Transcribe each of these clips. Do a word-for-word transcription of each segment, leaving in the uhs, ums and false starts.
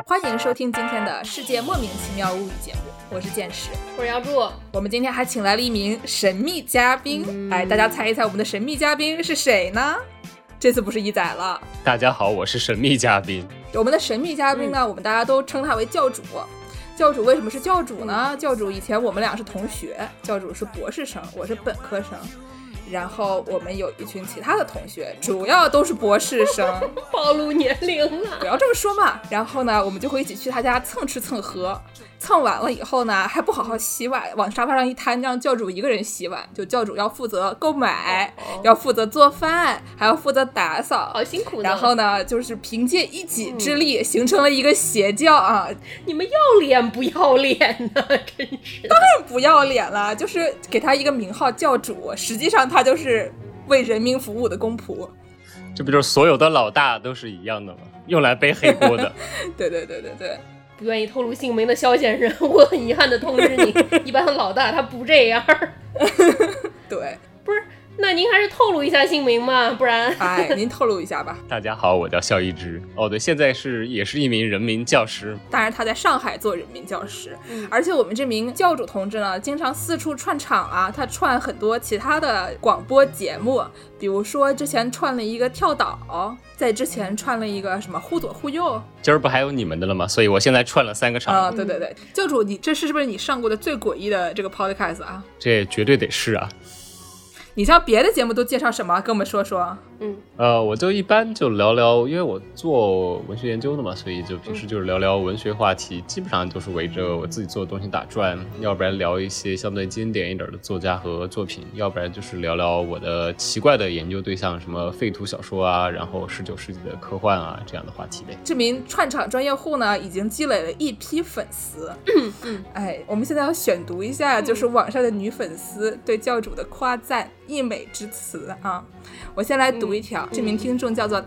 欢迎收听今天的世界莫名其妙物语节目，我是剑石， 我是姚柱。 我们今天还请来了一名神秘嘉宾、嗯、哎，大家猜一猜我们的神秘嘉宾是谁呢？这次不是一仔了。 大家好，我是神秘嘉宾。 我们的神秘嘉宾呢、嗯、我们大家都称他为教主。教主为什么是教主呢、嗯、教主以前我们俩是同学，教主是博士生，我是本科生，然后我们有一群其他的同学主要都是博士生暴露年龄了， 不要这么说嘛。然后呢我们就会一起去他家蹭吃蹭喝，蹭完了以后呢还不好好洗碗，往沙发上一摊，让教主一个人洗碗。就教主要负责购买、哦、要负责做饭，还要负责打扫， 好辛苦的。 然后呢就是凭借一己之力、嗯、形成了一个邪教啊！ 你们要脸不要脸呢？真是当然不要脸了，就是给他一个名号教主，实际上他就是为人民服务的公仆。 这不就是所有的老大都是一样的吗？用来背黑锅的。 对对对对对。 不愿意透露姓名的肖先生，我很遗憾的通知你，一般的老大他不这样。 对， 不是，那您还是透露一下姓名嘛，不然。 哎，您透露一下吧。 大家好，我叫肖一之。哦，对，现在是也是一名人民教师。 当然，他在上海做人民教师、嗯，而且我们这名教主同志呢，经常四处串场啊，他串很多其他的广播节目，比如说之前串了一个跳岛。在之前串了一个什么忽左忽右， 今儿不还有你们的了吗？所以我现在串了三个场。 啊、呃，对对对，教主，你这是不是你上过的最诡异的这个 podcast 啊？ 这绝对得是啊。 你像别的节目都介绍什么？跟我们说说。 嗯， 呃，我就一般就聊聊，因为我做文学研究的嘛，所以就平时就是聊聊文学话题，嗯、基本上都是围着我自己做的东西打转，要不然聊一些相对经典一点的作家和作品，要不然就是聊聊我的奇怪的研究对象，什么废土小说啊，然后十九世纪的科幻啊这样的话题呗。 这名串场专业户呢，已经积累了一批粉丝。嗯嗯，哎，我们现在要选读一下，就是网上的女粉丝对教主的夸赞。溢美之词啊！我先来读一条、嗯、这名听众叫做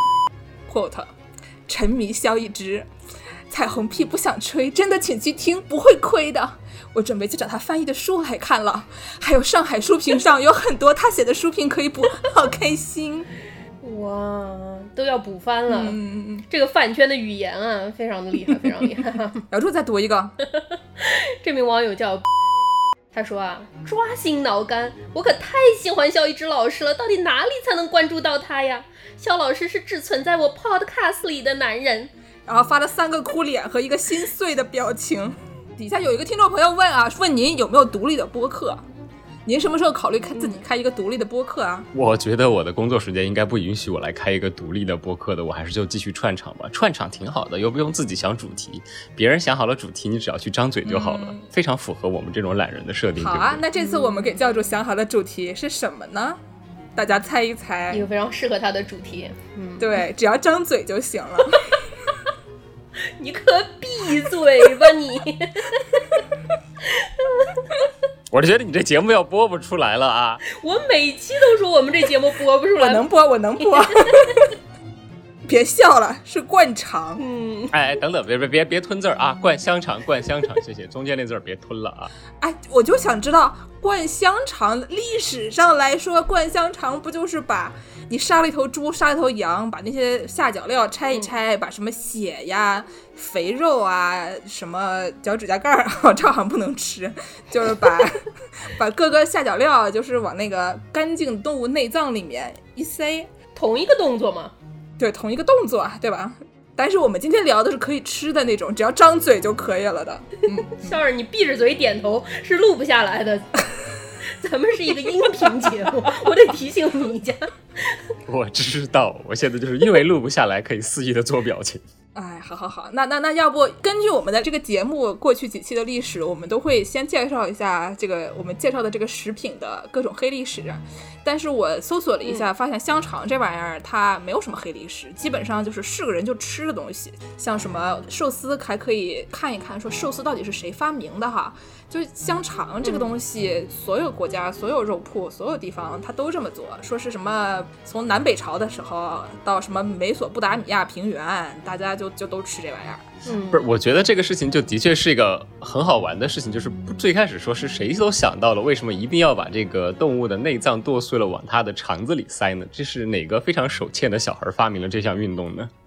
quote 沉迷肖一之，彩虹屁不想吹，真的请去听，不会亏的。我准备去找他翻译的书来看了，还有上海书评上有很多他写的书评可以补，好开心。 哇，都要补翻了、 嗯、 这个饭圈的语言啊非常的厉害，非常厉害。 姚柱再读一个。 这名网友叫他说啊，抓心挠肝，我可太喜欢肖一之老师了，到底哪里才能关注到他呀？肖老师是只存在我 podcast 里的男人。 然后发了三个哭脸和一个心碎的表情。底下有一个听众朋友问啊，问您有没有独立的播客？您什么时候考虑开自己开一个独立的播客啊？ 我觉得我的工作时间应该不允许我来开一个独立的播客的，我还是就继续串场吧。串场挺好的，又不用自己想主题，别人想好了主题，你只要去张嘴就好了、嗯、非常符合我们这种懒人的设定。 好啊，那这次我们给教主想好的主题是什么呢？大家猜一猜。 一个非常适合他的主题。 嗯，对，只要张嘴就行了。 你可闭嘴吧你。 我觉得你这节目要播不出来了啊！ 我每期都说我们这节目播不出来。 我能播，我能播。别笑了，是灌肠。 嗯， 哎，等等，别别别别吞字儿啊！灌香肠，灌香肠，谢谢。中间那字儿别吞了啊！ 哎，我就想知道，灌香肠历史上来说，灌香肠不就是把你杀了一头猪，杀了一头羊，把那些下脚料拆一拆，嗯、把什么血呀、肥肉啊、什么脚趾甲盖儿，这好像不能吃，就是把把各个下脚料，就是往那个干净动物内脏里面一塞， 同一个动作吗？ 对，同一个动作，对吧？但是我们今天聊的是可以吃的那种，只要张嘴就可以了的。嗯， 笑儿，你闭着嘴点头是录不下来的。咱们是一个音频节目，我得提醒你一下。 我知道，我现在就是因为录不下来，可以肆意的做表情。 哎，好好好，那那那要不根据我们的这个节目过去几期的历史，我们都会先介绍一下这个我们介绍的这个食品的各种黑历史。但是我搜索了一下，发现香肠这玩意儿它没有什么黑历史，基本上就是是个人就吃的东西。像什么寿司还可以看一看，说寿司到底是谁发明的哈。就是香肠这个东西，所有国家、所有肉铺、所有地方它都这么做。说是什么从南北朝的时候到什么美索不达米亚平原，大家就就都吃这玩意儿。 嗯， 不是，我觉得这个事情就的确是一个很好玩的事情，就是最开始说是谁都想到了，为什么一定要把这个动物的内脏剁碎了往它的肠子里塞呢？这是哪个非常手欠的小孩发明了这项运动呢？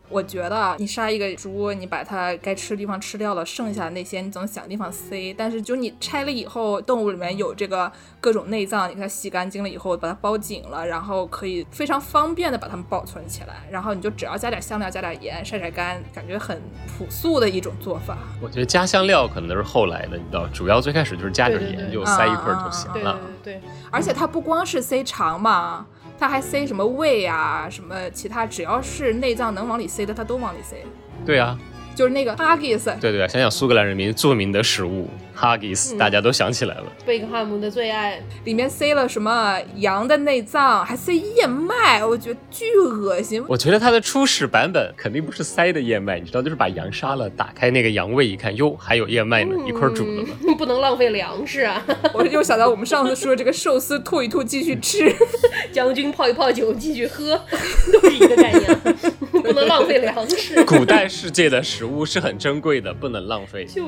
我觉得你杀一个猪，你把它该吃的地方吃掉了，剩下那些你总想地方塞。但是就你拆了以后，动物里面有这个各种内脏，你给它洗干净了以后，把它包紧了，然后可以非常方便的把它们保存起来。然后你就只要加点香料，加点盐，晒晒干，感觉很朴素的一种做法。 我觉得加香料可能都是后来的，你知道，主要最开始就是加点盐，对对对就塞一块就行了。 对对对对， 而且它不光是塞肠嘛。它还塞什么胃啊，什么其他，只要是内脏能往里塞的，它都往里塞。 对啊， 就是那个 haggis。 对对，想想苏格兰人民著名的食物 haggis，、嗯、大家都想起来了。 贝克汉姆的最爱， 里面塞了什么羊的内脏，还塞燕麦，我觉得巨恶心。 我觉得它的初始版本肯定不是塞的燕麦，你知道，就是把羊杀了，打开那个羊胃一看，哟，还有燕麦呢，嗯、一块煮了嘛。 不能浪费粮食啊！ 我又想到我们上次说这个寿司吐一吐继续吃， 将军泡一泡酒继续喝，都是一个概念，不能浪费粮食。 古代世界的食物是很珍贵的，不能浪费。 就是。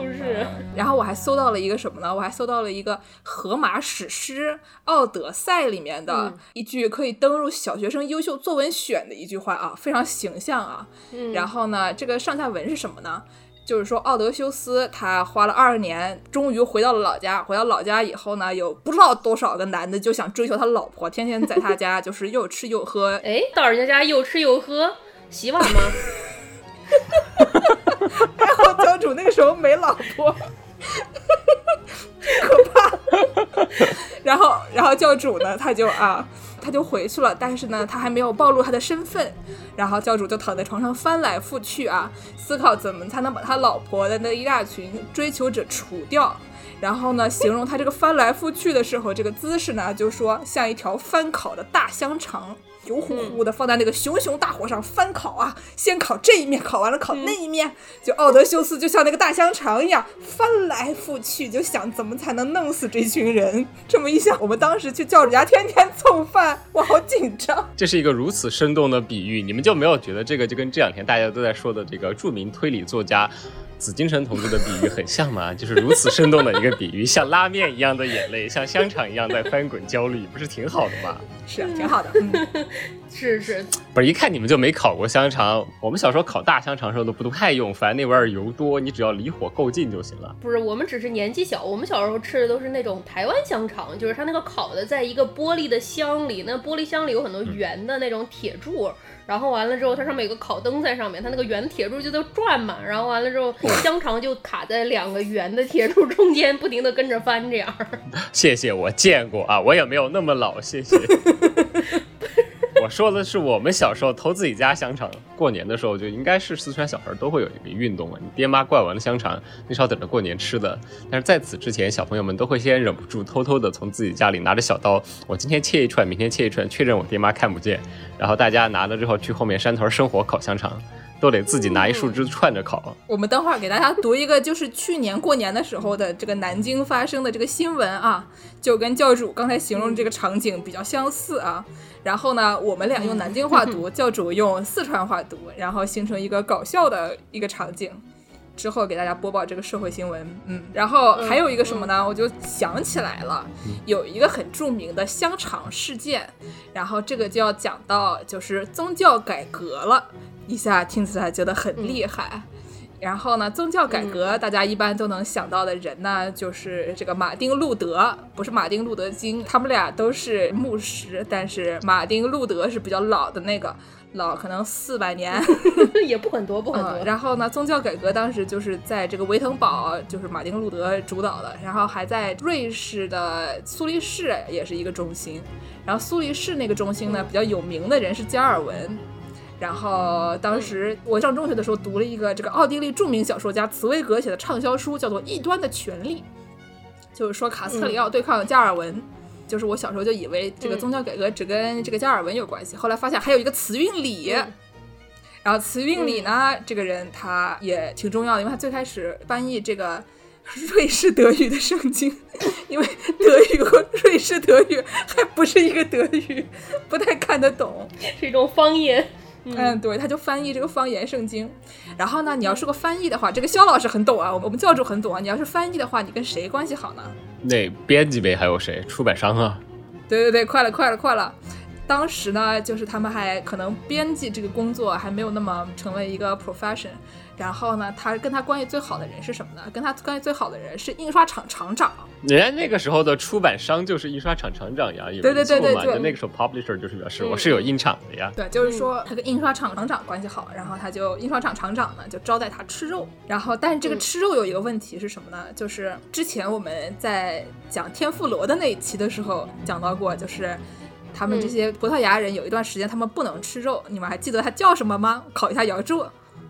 然后我还搜到了一个什么呢？我还搜到了一个荷马史诗《奥德赛》里面的一句可以登入小学生优秀作文选的一句话啊，非常形象啊。 嗯、 然后呢，这个上下文是什么呢？就是说奥德修斯他花了二十年终于回到了老家，回到老家以后呢，有不知道多少个男的就想追求他老婆，天天在他家就是又吃又喝。 哎，到人家家又吃又喝，洗碗吗？ 还好教主那个时候没老婆。可怕。然后然后教主呢他就啊他就回去了，但是呢他还没有暴露他的身份，然后教主就躺在床上翻来覆去啊，思考怎么才能把他老婆的那一大群追求者除掉。然后呢形容他这个翻来覆去的时候，这个姿势呢就说像一条翻烤的大香肠，油乎乎的放在那个熊熊大火上翻烤啊，先烤这一面，烤完了烤那一面，就奥德修斯就像那个大香肠一样翻来覆去，就想怎么才能弄死这群人。这么一想，我们当时去教主家天天蹭饭，我好紧张。 这是一个如此生动的比喻，你们就没有觉得这个就跟这两天大家都在说的这个著名推理作家紫金陈同志的比喻很像吗？就是如此生动的一个比喻，像拉面一样的眼泪，像香肠一样在翻滚焦虑，不是挺好的吗？ 是挺好的。嗯， 是是， 不是一看你们就没烤过香肠。我们小时候烤大香肠的时候都不太用，反正那玩意儿油多，你只要离火够近就行了。 不是，我们只是年纪小，我们小时候吃的都是那种台湾香肠，就是它那个烤的在一个玻璃的箱里，那玻璃箱里有很多圆的那种铁柱。嗯，然后完了之后它上面有个烤灯在上面，它那个圆铁柱就在转嘛，然后完了之后香肠就卡在两个圆的铁柱中间，不停的跟着翻这样。 谢谢，我见过啊，我也没有那么老，谢谢。我说的是我们小时候偷自己家香肠，过年的时候就应该是四川小孩都会有一个运动嘛，你爹妈灌完了香肠，你是要等着过年吃的。但是在此之前，小朋友们都会先忍不住偷偷的从自己家里拿着小刀，我今天切一串，明天切一串，确认我爹妈看不见，然后大家拿了之后去后面山头生火烤香肠，都得自己拿一树枝串着烤。嗯， 我们等会儿给大家读一个就是去年过年的时候的这个南京发生的这个新闻啊，就跟教主刚才形容这个场景比较相似啊。然后呢我们俩用南京话读，教主用四川话读，然后形成一个搞笑的一个场景，之后给大家播报这个社会新闻。嗯，然后还有一个什么呢，嗯嗯，我就想起来了，有一个很著名的香肠事件，然后这个就要讲到就是宗教改革了，一下听起来觉得很厉害。嗯，然后呢宗教改革大家一般都能想到的人呢，就是这个马丁路德，不是马丁路德金，他们俩都是牧师，但是马丁路德是比较老的那个，老可能四百年也不很多不很多、 嗯、然后呢宗教改革当时就是在这个维滕堡，就是马丁路德主导的，然后还在瑞士的苏黎世也是一个中心，然后苏黎世那个中心呢比较有名的人是加尔文。然后当时我上中学的时候读了一个这个奥地利著名小说家茨威格写的畅销书，叫做《异端的权利》，就是说卡斯特里奥对抗加尔文、嗯、就是我小时候就以为这个宗教改革只跟这个加尔文有关系、嗯、后来发现还有一个慈运里、嗯、然后慈运里呢、嗯、这个人他也挺重要的，因为他最开始翻译这个瑞士德语的圣经，因为德语和瑞士德语还不是一个德语，不太看得懂， 是一种方言。 嗯，对，他就翻译这个方言圣经。然后呢，你要是个翻译的话，这个肖老师很懂啊，我们教主很懂啊。你要是翻译的话，你跟谁关系好呢？ 那编辑呗，还有谁？出版商啊。 对对对，快了快了快了。 当时呢，就是他们还可能编辑这个工作还没有那么成为一个 profession。然后呢，他跟他关系最好的人是什么呢？跟他关系最好的人是印刷厂厂长。 人家那个时候的出版商就是印刷厂厂长呀，有对对对对对， 那个时候 publisher 就是表示我是有印厂的呀。 对，就是说他跟印刷厂厂长关系好，然后他就印刷厂厂长呢就招待他吃肉。然后，但是这个吃肉有一个问题是什么呢？就是之前我们在讲天妇罗的那一期的时候讲到过，就是他们这些葡萄牙人有一段时间他们不能吃肉，你们还记得他叫什么吗？考一下姚柱。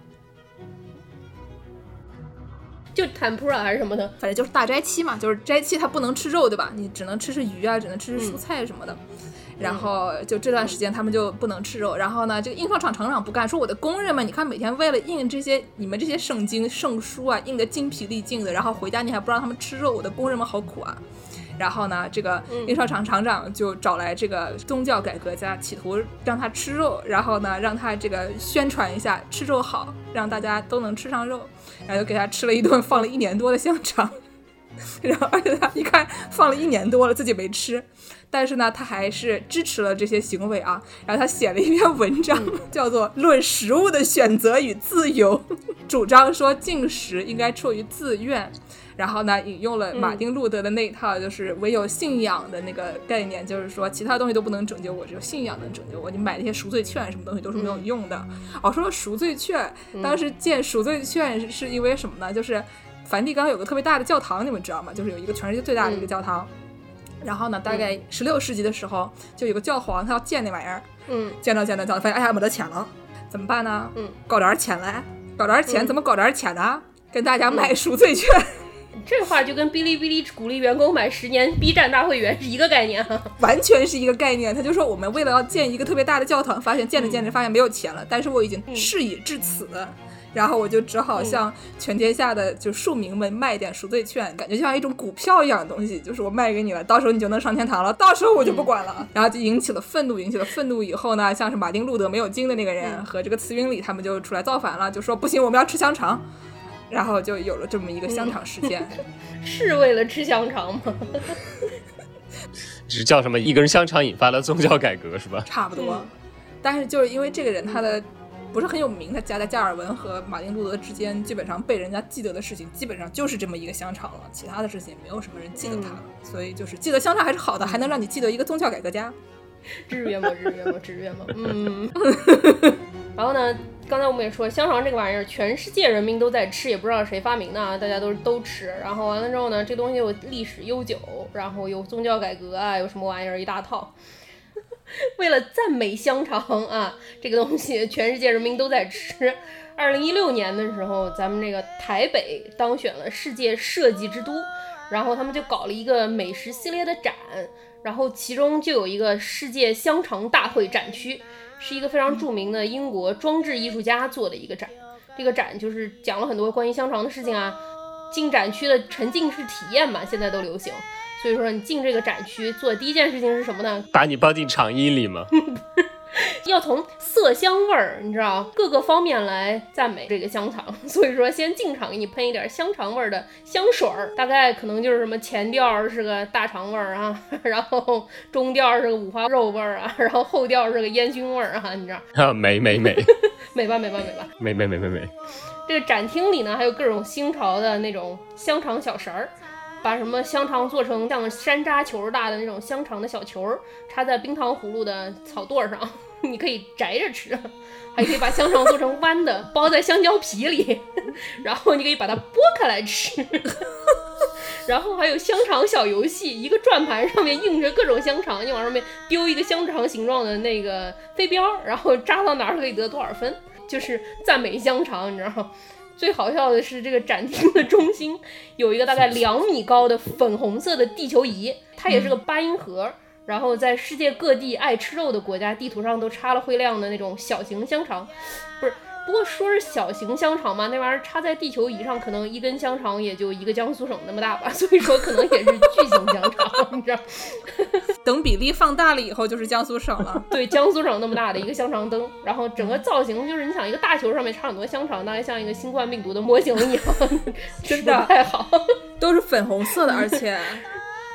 就tempura还是什么的， 反正就是大斋期嘛，就是斋期它不能吃肉，对吧？你只能吃吃鱼啊，只能吃吃蔬菜什么的。嗯、然后就这段时间他们就不能吃肉。然后呢，这个印刷厂厂长不干，说我的工人们，你看每天为了印这些你们这些圣经圣书啊，印得精疲力尽的，然后回家你还不让他们吃肉，我的工人们好苦啊。然后呢，这个印刷厂厂长就找来这个宗教改革家，企图让他吃肉，然后呢，让他这个宣传一下吃肉好，让大家都能吃上肉。然后就给他吃了一顿放了一年多的香肠，然后而且他一看放了一年多了自己没吃，但是呢他还是支持了这些行为啊。然后他写了一篇文章、嗯、叫做《论食物的选择与自由》，主张说进食应该出于自愿。然后呢引用了马丁路德的那一套，就是唯有信仰的那个概念，就是说其他东西都不能拯救我，只有信仰能拯救我，你买那些赎罪券什么东西都是没有用的。哦，说赎罪券，当时建赎罪券是因为什么呢？就是梵蒂冈有个特别大的教堂，你们知道吗？就是有一个全世界最大的一个教堂。然后呢大概十六世纪的时候就有个教皇他要建那玩意儿，嗯，建着建着建着发现哎呀没得钱了，怎么办呢？嗯，搞点钱来，搞点钱，怎么搞点钱呢？跟大家买赎罪券。 这话就跟哔哩哔哩鼓励员工买十年 B 站大会员是一个概念、啊、 完全是一个概念。他就说我们为了要建一个特别大的教堂，发现建着建着发现没有钱了、嗯、但是我已经事已至此、嗯、然后我就只好向全天下的就庶民们卖点赎罪券、嗯、感觉就像一种股票一样的东西，就是我卖给你了，到时候你就能上天堂了，到时候我就不管了、嗯、然后就引起了愤怒，引起了愤怒以后呢，像是马丁路德没有经的那个人和这个慈云里他们就出来造反了，就说不行我们要吃香肠，然后就有了这么一个香肠事件、嗯、 是为了吃香肠吗？ 只是叫什么一根香肠引发了宗教改革是吧？ 差不多、嗯、但是就是因为这个人他的不是很有名，他夹在加尔文和马丁路德之间基本上被人家记得的事情基本上就是这么一个香肠了，其他的事情没有什么人记得他了、嗯、所以就是记得香肠还是好的，还能让你记得一个宗教改革家。 至愿吗？至愿吗？至愿吗？嗯。然后呢，刚才我们也说香肠这个玩意儿全世界人民都在吃，也不知道谁发明的啊，大家都都吃。然后完了之后呢，这东西有历史悠久，然后有宗教改革啊，有什么玩意儿一大套。为了赞美香肠啊，这个东西全世界人民都在吃。二零一六年的时候，咱们这个台北当选了世界设计之都，然后他们就搞了一个美食系列的展，然后其中就有一个世界香肠大会展区，是一个非常著名的英国装置艺术家做的一个展。这个展就是讲了很多关于香肠的事情啊，进展区的沉浸式体验嘛，现在都流行。所以说你进这个展区做的第一件事情是什么呢？ 把你抱进肠衣里吗？ 要从色香味儿，你知道各个方面来赞美这个香肠。所以说先进场给你喷一点香肠味儿的香水儿，大概可能就是什么前调是个大肠味儿啊，然后中调是个五花肉味儿啊，然后后调是个烟熏味儿啊，你知道啊？美美美美吧美吧美吧美美美美美。 这个展厅里呢还有各种新潮的那种香肠小绳儿，把什么香肠做成像山楂球大的那种香肠的小球，插在冰糖葫芦的草垛上，你可以摘着吃，还可以把香肠做成弯的，包在香蕉皮里，然后你可以把它剥开来吃。然后还有香肠小游戏，一个转盘上面印着各种香肠，你往上面丢一个香肠形状的那个飞镖，然后扎到哪儿可以得多少分，就是赞美香肠，你知道吗？最好笑的是这个展厅的中心有一个大概两米高的粉红色的地球仪，它也是个八音盒、嗯、然后在世界各地爱吃肉的国家地图上都插了会亮的那种小型香肠，不是，不过说是小型香肠嘛，那玩意儿插在地球仪上可能一根香肠也就一个江苏省那么大吧，所以说可能也是巨型香肠，你知道等比例放大了以后就是江苏省了。 对，江苏省那么大的一个香肠灯，然后整个造型就是你想一个大球上面插很多香肠，大概像一个新冠病毒的模型一样，真的不太好， 都是粉红色的，而且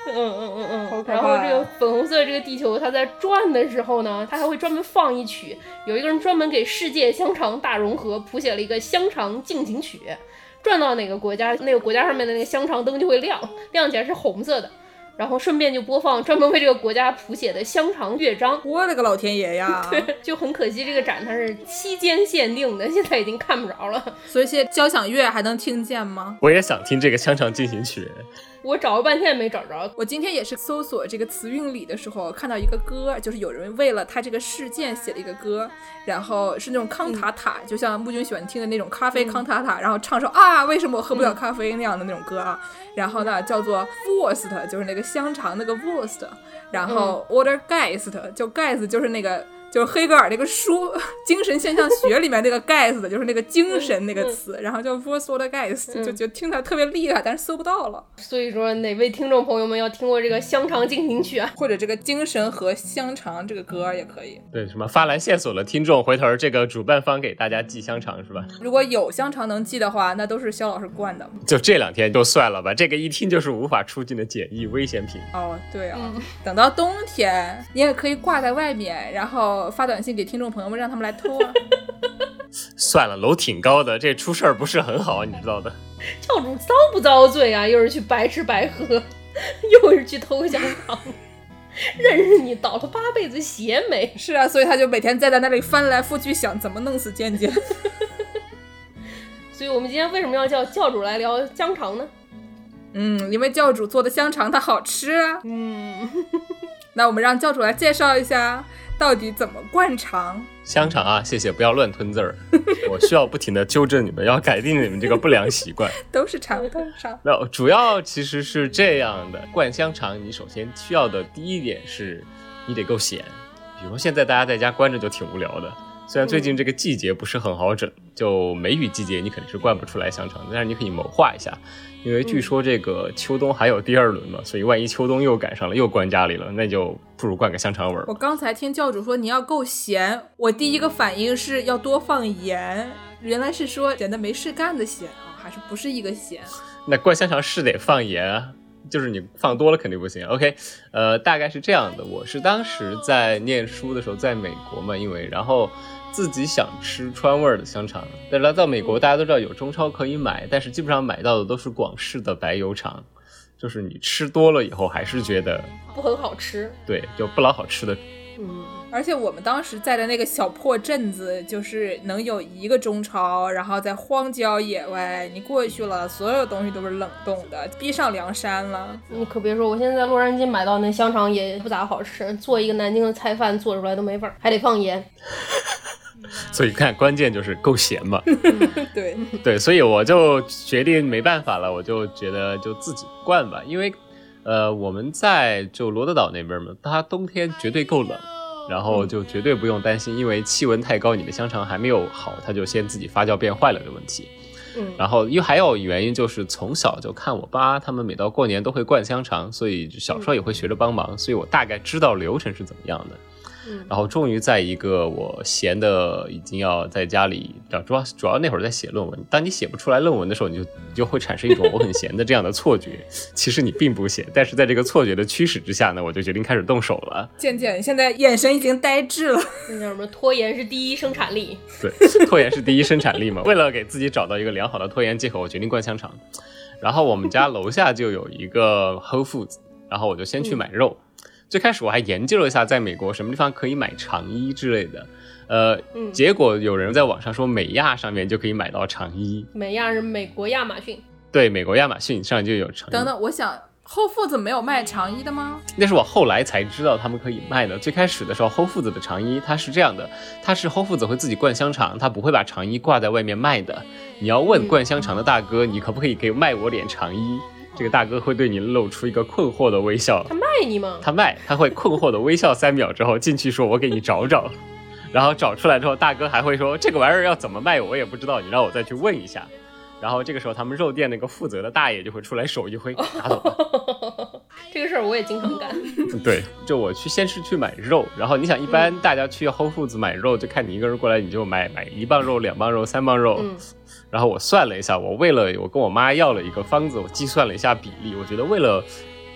嗯嗯嗯嗯， 好可怕然后这个粉红色的这个地球，它在转的时候呢，它还会专门放一曲，有一个人专门给世界香肠大融合谱写了一个香肠进行曲，转到哪个国家，那个国家上面的那个香肠灯就会亮，亮起来是红色的。然后顺便就播放专门为这个国家谱写的香肠乐章。 我的个老天爷呀！ 对，就很可惜这个展它是期间限定的，现在已经看不着了。 所以现在交响乐还能听见吗？ 我也想听这个香肠进行曲。 我找了半天也没找着。 我今天也是搜索这个词韵里的时候，看到一个歌，就是有人为了他这个事件写了一个歌，然后是那种康塔塔，嗯、就像木君喜欢听的那种咖啡康塔塔，嗯、然后唱说啊为什么我喝不了咖啡那样的那种歌啊，嗯、然后呢叫做 Wurst， 就是那个香肠那个 Wurst， 然后 Oder Geist， 就 Geist 就是那个。就是黑格尔那个书精神现象学里面那个 Geist 就是那个精神那个词，嗯、然后叫 Wurst oder Geist，嗯、就觉得听起来特别厉害，但是搜不到了。 所以说哪位听众朋友们要听过这个香肠进行曲啊， 或者这个精神和香肠这个歌也可以。 对，什么发来线索的听众，回头这个主办方给大家寄香肠是吧？ 如果有香肠能寄的话，那都是肖老师灌的。 就这两天就算了吧，这个一听就是无法出境的简易危险品。 哦，对啊， 嗯、 等到冬天你也可以挂在外面，然后发短信给听众朋友们让他们来偷啊。 算了，楼挺高的，这出事儿不是很好，你知道的。 教主遭不遭罪啊？又是去白吃白喝，又是去偷香肠，认识你倒了八辈子邪霉。 是啊，所以他就每天在在那里翻来覆去想怎么弄死健健。 所以我们今天为什么要叫教主来聊香肠呢？ 嗯，因为教主做的香肠它好吃啊。 嗯， 那我们让教主来介绍一下到底怎么灌肠。 香肠啊，谢谢，不要乱吞字儿。我需要不停的纠正你们，要改进你们这个不良习惯。 都是肠，都是肠。 那主要其实是这样的，灌香肠你首先需要的第一点是你得够咸。比如说现在大家在家关着就挺无聊的，虽然最近这个季节不是很好整，就梅雨季节你肯定是灌不出来香肠的，但是你可以谋划一下，因为据说这个秋冬还有第二轮嘛，所以万一秋冬又赶上了又关家里了，那就不如灌个香肠味儿。 我刚才听教主说你要够咸，我第一个反应是要多放盐，原来是说闲的没事干的咸啊，还是不是一个咸？ 那灌香肠是得放盐啊，就是你放多了肯定不行。 OK， 呃，大概是这样的。我是当时在念书的时候在美国嘛，因为然后自己想吃川味的香肠，但是来到美国大家都知道有中超可以买，但是基本上买到的都是广式的白油肠，就是你吃多了以后还是觉得不很好吃， 对，就不老好吃的。 嗯， 而且我们当时在的那个小破镇子，就是能有一个中超，然后在荒郊野外，你过去了，所有东西都是冷冻的，逼上梁山了。 你可别说，我现在在洛杉矶买到那香肠也不咋好吃，做一个南京的菜饭做出来都没味儿，还得放盐。 所以看关键就是够咸嘛。 对对，所以我就决定没办法了，我就觉得就自己灌吧，因为呃我们在就罗德岛那边嘛，它冬天绝对够冷，然后就绝对不用担心因为气温太高你的香肠还没有好它就先自己发酵变坏了的问题。 嗯， 然后又还有原因就是从小就看我爸他们每到过年都会灌香肠，所以小时候也会学着帮忙，所以我大概知道流程是怎么样的。然后终于在一个我闲的已经要在家里，主要主要那会儿在写论文，当你写不出来论文的时候，你就你就会产生一种我很闲的这样的错觉，其实你并不闲，但是在这个错觉的驱使之下呢，我就决定开始动手了。 健健现在眼神已经呆滞了。 那叫什么？拖延是第一生产力。 对，拖延是第一生产力嘛。为了给自己找到一个良好的拖延借口，我决定灌香肠。然后我们家楼下就有一个 Whole Foods， 然后我就先去买肉。嗯，最开始我还研究了一下在美国什么地方可以买肠衣之类的，呃、嗯，结果有人在网上说美亚上面就可以买到肠衣。 美亚是美国亚马逊。 对，美国亚马逊上就有肠衣。 等等，我想Whole Foods没有卖肠衣的吗？ 那是我后来才知道他们可以卖的。最开始的时候 Whole Foods 的肠衣它是这样的，它是 Whole Foods 会自己灌香肠，它不会把肠衣挂在外面卖的。你要问灌香肠的大哥，嗯，你可不可以给卖我点肠衣，这个大哥会对你露出一个困惑的微笑。 他卖你吗？ 他卖，他会困惑的微笑三秒之后进去说我给你找找，然后找出来之后大哥还会说这个玩意儿要怎么卖我也不知道，你让我再去问一下。然后这个时候他们肉店那个负责的大爷就会出来手一挥拿走了。 这个事儿我也经常干。 对，就我去先是去买肉，然后你想一般大家去 Whole Foods 买肉，就看你一个人过来你就买买一磅肉两磅肉三磅肉。嗯，然后我算了一下，我为了我跟我妈要了一个方子，我计算了一下比例，我觉得为了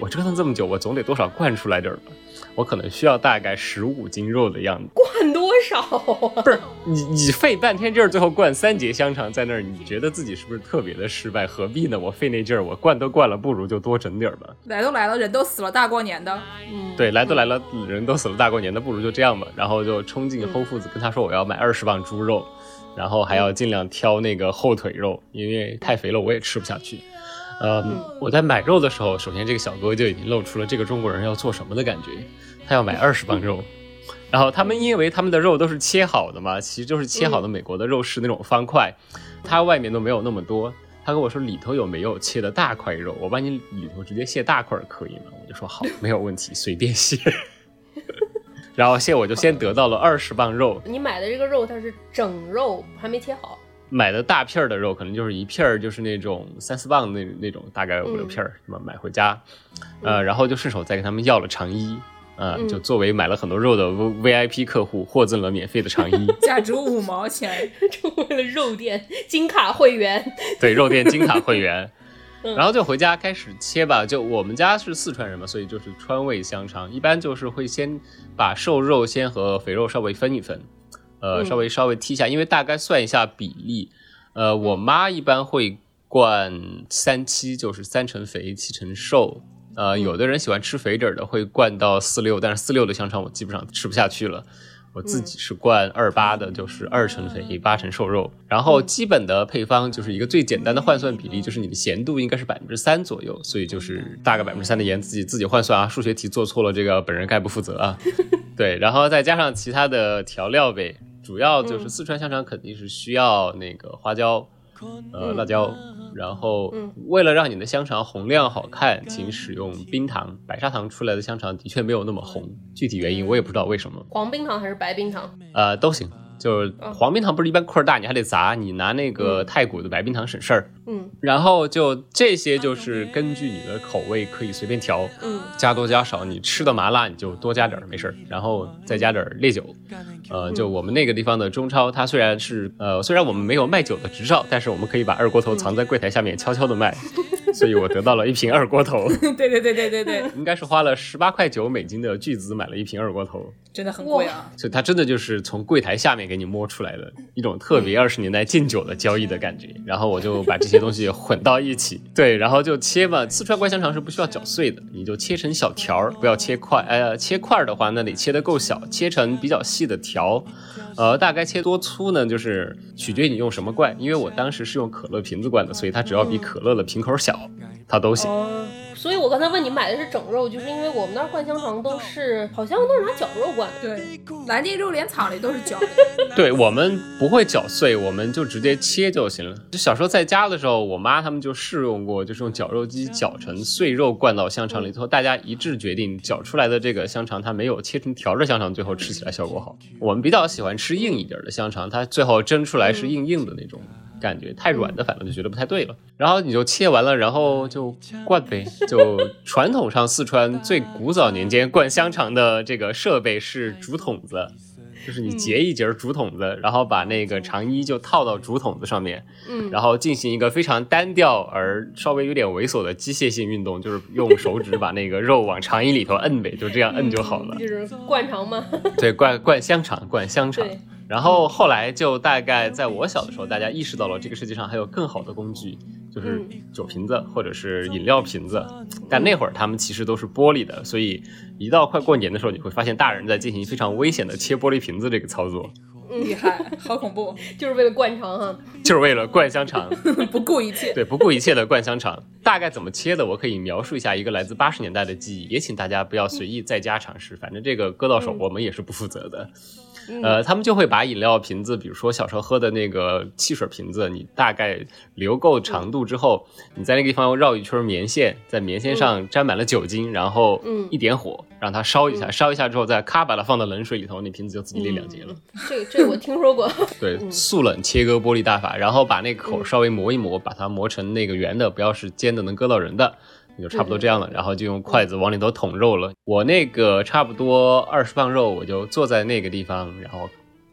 我折腾这么久，我总得多少灌出来点吧。我可能需要大概十五斤肉的样子。 灌多少啊？ 不是你，你费半天劲儿，最后灌三节香肠在那儿，你觉得自己是不是特别的失败？何必呢？我费那劲儿，我灌都灌了，不如就多整点吧。 来都来了，人都死了，大过年的。 嗯， 对，来都来了，人都死了，大过年的，不如就这样吧。然后就冲进 Whole Foods 跟他说我要买二十磅猪肉，然后还要尽量挑那个后腿肉，因为太肥了我也吃不下去。呃、嗯，我在买肉的时候，首先这个小哥就已经露出了这个中国人要做什么的感觉，他要买二十磅肉，然后他们因为他们的肉都是切好的嘛，其实就是切好的美国的肉是那种方块，它外面都没有那么多。他跟我说里头有没有切的大块肉，我帮你里头直接卸大块可以吗？我就说好，没有问题，随便卸。然后现我就先得到了二十磅肉。 你买的这个肉它是整肉，还没切好。 买的大片的肉可能就是一片就是那种三四磅那那种，大概五六片什么、嗯、买回家，呃，然后就顺手再跟他们要了肠衣，呃，嗯、就作为买了很多肉的 V I P 客户获赠了免费的肠衣， 价值五毛钱， 成为了肉店金卡会员。 对，肉店金卡会员。然后就回家开始切吧，就我们家是四川人嘛，所以就是川味香肠，一般就是会先把瘦肉先和肥肉稍微分一分。呃，稍微稍微剔一下，因为大概算一下比例，呃，我妈一般会灌三七，就是三成肥七成瘦，呃，有的人喜欢吃肥点的会灌到四六，但是四六的香肠我基本上吃不下去了，我自己是灌二八的，就是二成肥八成瘦肉，然后基本的配方就是一个最简单的换算比例，就是你的咸度应该是百分之三左右，所以就是大概百分之三的盐自己自己换算啊，数学题做错了这个本人概不负责啊，对，然后再加上其他的调料呗。主要就是四川香肠肯定是需要那个花椒、嗯、呃辣椒，然后为了让你的香肠红亮好看，请使用冰糖。白砂糖出来的香肠的确没有那么红，具体原因我也不知道为什么。 黄冰糖还是白冰糖？ 呃，都行。就是黄冰糖不是一般块大你还得砸，你拿那个太古的白冰糖省事儿。 嗯， 然后就这些就是根据你的口味可以随便调， 嗯， 加多加少，你吃的麻辣你就多加点没事儿，然后再加点烈酒。呃，就我们那个地方的中超，它虽然是呃虽然我们没有卖酒的执照，但是我们可以把二锅头藏在柜台下面悄悄的卖。所以我得到了一瓶二锅头。 对对对对对对， 应该是花了十八块九美金的巨资买了一瓶二锅头， 真的很贵啊！ 所以它真的就是从柜台下面给你摸出来的一种特别二十年代禁酒的交易的感觉。然后我就把这些东西混到一起，对，然后就切嘛。四川灌香肠是不需要搅碎的，你就切成小条，不要切块。呃，切块的话，那得切得够小，切成比较细的条。呃，大概切多粗呢，就是取决于你用什么灌。因为我当时是用可乐瓶子灌的，所以它只要比可乐的瓶口小，它都行。 哦，所以我刚才问你买的是整肉，就是因为我们那儿灌香肠都是好像都是拿绞肉灌的。 对，南京肉联厂里都是绞的。 对，我们不会搅碎，我们就直接切就行了。就小时候在家的时候，我妈他们就试用过，就是用绞肉机绞成碎肉灌到香肠里头，大家一致决定绞出来的这个香肠它没有切成条的香肠最后吃起来效果好。我们比较喜欢吃硬一点的香肠，它最后蒸出来是硬硬的那种感觉，太软的反正就觉得不太对了。然后你就切完了，然后就灌呗。就传统上四川最古早年间灌香肠的这个设备是竹筒子，就是你结一节竹筒子、嗯、然后把那个肠衣就套到竹筒子上面、嗯、然后进行一个非常单调而稍微有点猥琐的机械性运动，就是用手指把那个肉往肠衣里头摁呗，就这样摁就好了、 嗯、就是灌肠吗？ 对，灌灌香肠，灌香肠。然后后来就大概在我小的时候，大家意识到了这个世界上还有更好的工具，就是酒瓶子或者是饮料瓶子，但那会儿他们其实都是玻璃的，所以一到快过年的时候，你会发现大人在进行非常危险的切玻璃瓶子这个操作。 厉害，好恐怖， 就是为了灌肠哈， 就是为了灌香肠， 不顾一切。 对，不顾一切的灌香肠。大概怎么切的，我可以描述一下一个来自八十年代的记忆，也请大家不要随意在家尝试，反正这个割到手我们也是不负责的。嗯、呃，他们就会把饮料瓶子，比如说小时候喝的那个汽水瓶子，你大概留够长度之后，你在那个地方绕一圈棉线，在棉线上沾满了酒精，然后一点火让它烧一下，烧一下之后再咔把它放到冷水里头，那瓶子就自己裂两截了。 嗯、这个这个我听说过。 对，速冷切割玻璃大法，然后把那个口稍微磨一磨，把它磨成那个圆的，不要是尖的能割到人的。就差不多这样了，然后就用筷子往里头捅肉了。我那个差不多二十磅肉，我就坐在那个地方，然后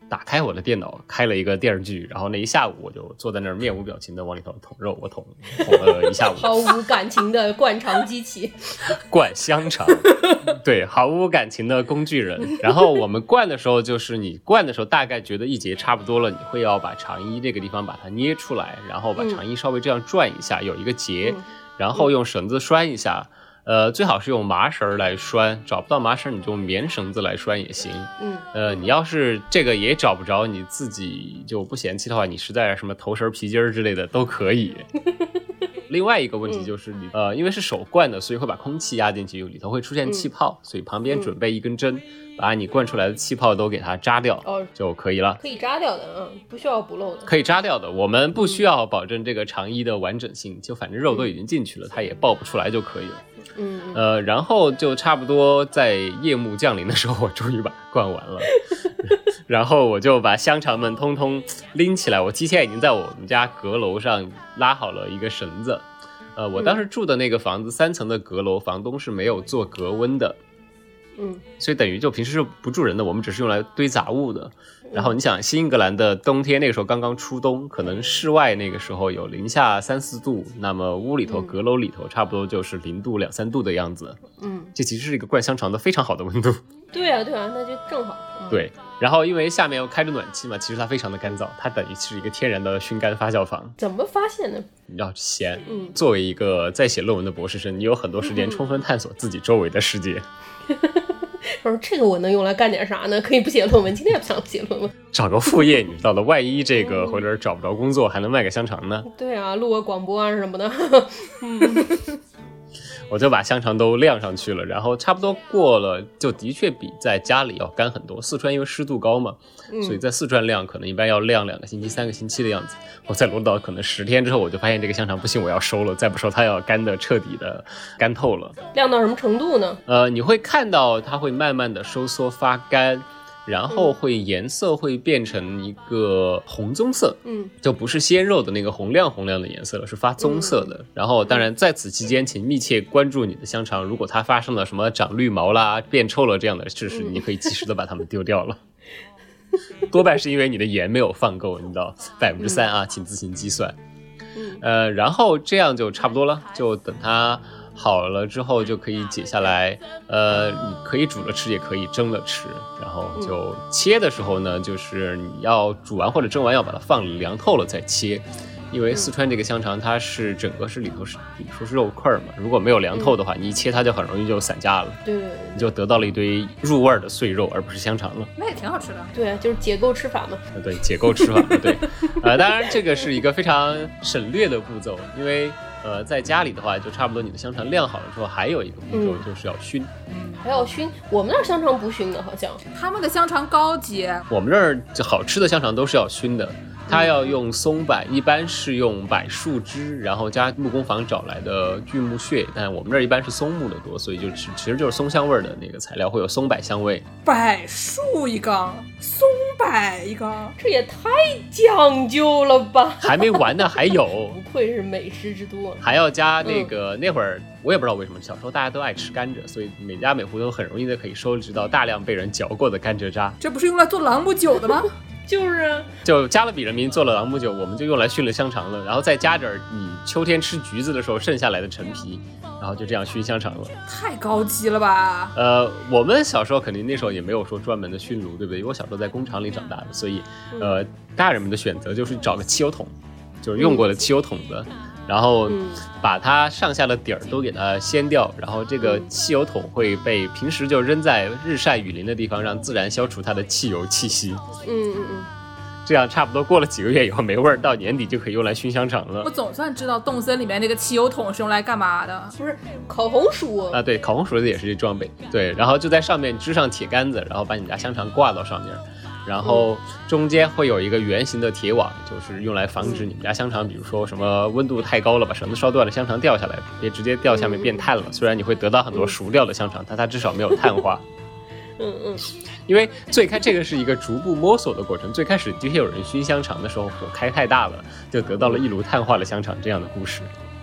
打开我的电脑，开了一个电视剧，然后那一下午我就坐在那儿面无表情的往里头捅肉，我捅捅了一下午， 毫无感情的灌肠机器， 灌香肠，对，毫无感情的工具人。然后我们灌的时候，就是你灌的时候大概觉得一节差不多了，你会要把肠衣这个地方把它捏出来，然后把肠衣稍微这样转一下，有一个结， 嗯、 然后用绳子拴一下。呃，最好是用麻绳来拴，找不到麻绳你就用棉绳子来拴也行。 嗯， 呃，你要是这个也找不着，你自己就不嫌弃的话，你实在什么头绳、皮筋之类的都可以。另外一个问题就是你、嗯、呃，因为是手灌的，所以会把空气压进去，里头会出现气泡，嗯、所以旁边准备一根针，嗯、把你灌出来的气泡都给它扎掉、哦、就可以了。 可以扎掉的，嗯，不需要补漏的。 可以扎掉的，我们不需要保证这个肠衣的完整性，就反正肉都已经进去了，嗯、它也爆不出来就可以了。 嗯， 呃，然后就差不多在夜幕降临的时候，我终于把它灌完了。然后我就把香肠们通通拎起来，我提前已经在我们家阁楼上拉好了一个绳子。呃，我当时住的那个房子、嗯、三层的阁楼，房东是没有做隔温的。 嗯， 所以等于就平时是不住人的，我们只是用来堆杂物的。然后你想，新英格兰的冬天那个时候刚刚初冬，可能室外那个时候有零下三四度，那么屋里头、阁楼里头差不多就是零度两三度的样子。 嗯， 这其实是一个灌香肠的非常好的温度。 对啊，对啊，那就正好。 嗯、对，然后因为下面又开着暖气嘛，其实它非常的干燥，它等于是一个天然的熏干发酵房。 怎么发现呢？ 要闲。 嗯， 作为一个在写论文的博士生，你有很多时间充分探索自己周围的世界。 我说这个我能用来干点啥呢？可以不写论文，今天也不想写论文， 找个副业，你知道的，万一这个回来找不着工作，还能卖个香肠呢。 对啊，录个广播啊什么的。 嗯，我就把香肠都晾上去了，然后差不多过了，就的确比在家里要干很多。四川因为湿度高嘛， 嗯、 所以在四川晾可能一般要晾两个星期、三个星期的样子。我在罗岛可能十天之后，我就发现这个香肠不行，我要收了，再不收它要干的彻底的干透了。 晾到什么程度呢？ 呃，你会看到它会慢慢的收缩发干。然后会颜色会变成一个红棕色， 嗯， 就不是鲜肉的那个红亮红亮的颜色了，是发棕色的。嗯、然后当然在此期间，请密切关注你的香肠，如果它发生了什么长绿毛啦、变臭了这样的事实，你可以及时的把它们丢掉了。多半是因为你的盐没有放够，你知道，百分之三啊，请自行计算。 嗯， 呃，然后这样就差不多了，就等它好了之后就可以解下来，呃，你可以煮了吃，也可以蒸了吃。然后就切的时候呢，就是你要煮完或者蒸完要把它放凉透了再切，因为四川这个香肠它是整个是里头是里头是肉块嘛，如果没有凉透的话，你一切它就很容易就散架了。 对对对， 你就得到了一堆入味的碎肉，而不是香肠了。 那也挺好吃的。 对啊，就是解构吃法嘛。 对，解构吃法。对，呃，当然这个是一个非常省略的步骤，因为。呃，在家里的话，就差不多你的香肠晾好了之后，还有一个步骤就是要熏， 嗯、还要熏。我们那儿香肠不熏的，好像他们的香肠高级。 我们这儿就好吃的香肠都是要熏的，它要用松柏，一般是用柏树枝，然后加木工坊找来的锯木屑，但我们这儿一般是松木的多，所以就其实就是松香味的那个材料，会有松柏香味。 柏树一缸，松柏一缸， 这也太讲究了吧！ 还没完呢，还有， 不愧是美食之都， 还要加那个、嗯、那会儿我也不知道为什么，小时候大家都爱吃甘蔗，所以每家每户都很容易的可以收集到大量被人嚼过的甘蔗渣。 这不是用来做朗姆酒的吗？ 就是啊， 就加勒比人民做了朗姆酒，我们就用来熏了香肠了，然后再加点你秋天吃橘子的时候剩下来的陈皮，然后就这样熏香肠了。 太高级了吧？ 呃，我们小时候肯定那时候也没有说专门的熏炉，对不对？因为我小时候在工厂里长大的，所以呃，大人们的选择就是找个汽油桶，就是用过的汽油桶的。嗯，然后把它上下的底儿都给它掀掉，然后这个汽油桶会被平时就扔在日晒雨淋的地方，让自然消除它的汽油气息。 嗯嗯嗯， 这样差不多过了几个月以后没味儿，到年底就可以用来熏香肠了。 我总算知道动森里面那个汽油桶是用来干嘛的。 不是烤红薯啊？对，烤红薯的也是这装备。对，然后就在上面支上铁杆子，然后把你们家香肠挂到上面。然后中间会有一个圆形的铁网，就是用来防止你们家香肠，比如说什么温度太高了，把绳子烧断了，香肠掉下来，别直接掉下面变碳了。虽然你会得到很多熟掉的香肠，但它至少没有碳化。 嗯嗯， 因为最开这个是一个逐步摸索的过程，最开始的确有人熏香肠的时候火开太大了，就得到了一炉碳化的香肠这样的故事。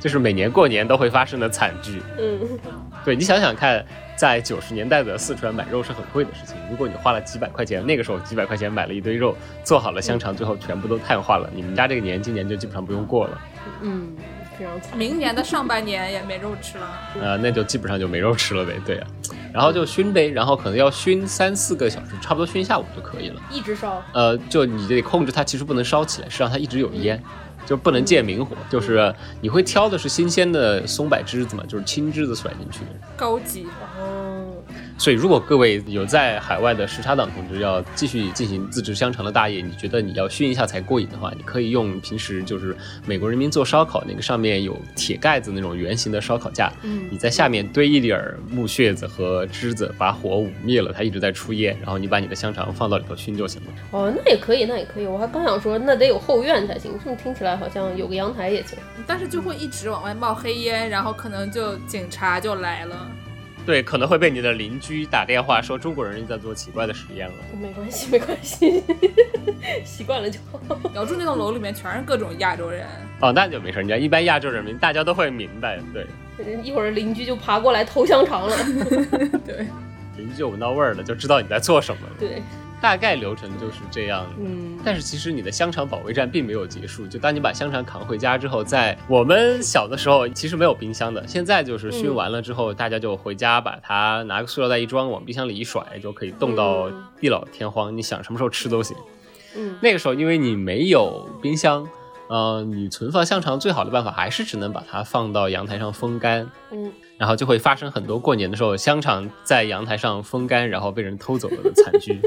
就是每年过年都会发生的惨剧。 嗯， 对，你想想看，在九十年代的四川买肉是很贵的事情，如果你花了几百块钱，那个时候几百块钱买了一堆肉，做好了香肠，最后全部都碳化了，你们家这个年今年就基本上不用过了。 嗯，非常惨。 明年的上半年也没肉吃了， 呃，那就基本上就没肉吃了呗。对啊，然后就熏呗，然后可能要熏三四个小时，差不多熏一下午就可以了。 一直烧。 呃，就你得控制它，其实不能烧起来，是让它一直有烟。就不能见明火，就是你会挑的是新鲜的松柏枝子嘛，就是青枝子甩进去的， 高级。 哦， 所以如果各位有在海外的时差党同志要继续进行自制香肠的大业，你觉得你要熏一下才过瘾的话，你可以用平时就是美国人民做烧烤那个上面有铁盖子那种圆形的烧烤架， 嗯， 你在下面堆一点木屑子和枝子，把火捂灭了，它一直在出烟，然后你把你的香肠放到里头熏就行了。 哦，那也可以，那也可以。我还刚想说，那得有后院才行，这么听起来好像有个阳台也行。 但是就会一直往外冒黑烟，然后可能就警察就来了。 对，可能会被你的邻居打电话说中国人在做奇怪的实验了。 没关系，没关系，习惯了就好。 姚柱那栋楼里面全是各种亚洲人。 哦，那就没事，你看一般亚洲人民大家都会明白，对。 一会儿邻居就爬过来偷香肠了。 对， 邻居就闻到味儿了，就知道你在做什么了。 对。 大概流程就是这样， 嗯， 但是其实你的香肠保卫战并没有结束。就当你把香肠扛回家之后，在我们小的时候其实没有冰箱的，现在就是熏完了之后，嗯、大家就回家把它拿个塑料袋一装，往冰箱里一甩，就可以冻到地老天荒，嗯、你想什么时候吃都行。 嗯， 那个时候因为你没有冰箱，呃，你存放香肠最好的办法还是只能把它放到阳台上风干。 嗯。 然后就会发生很多过年的时候香肠在阳台上风干然后被人偷走了的惨剧。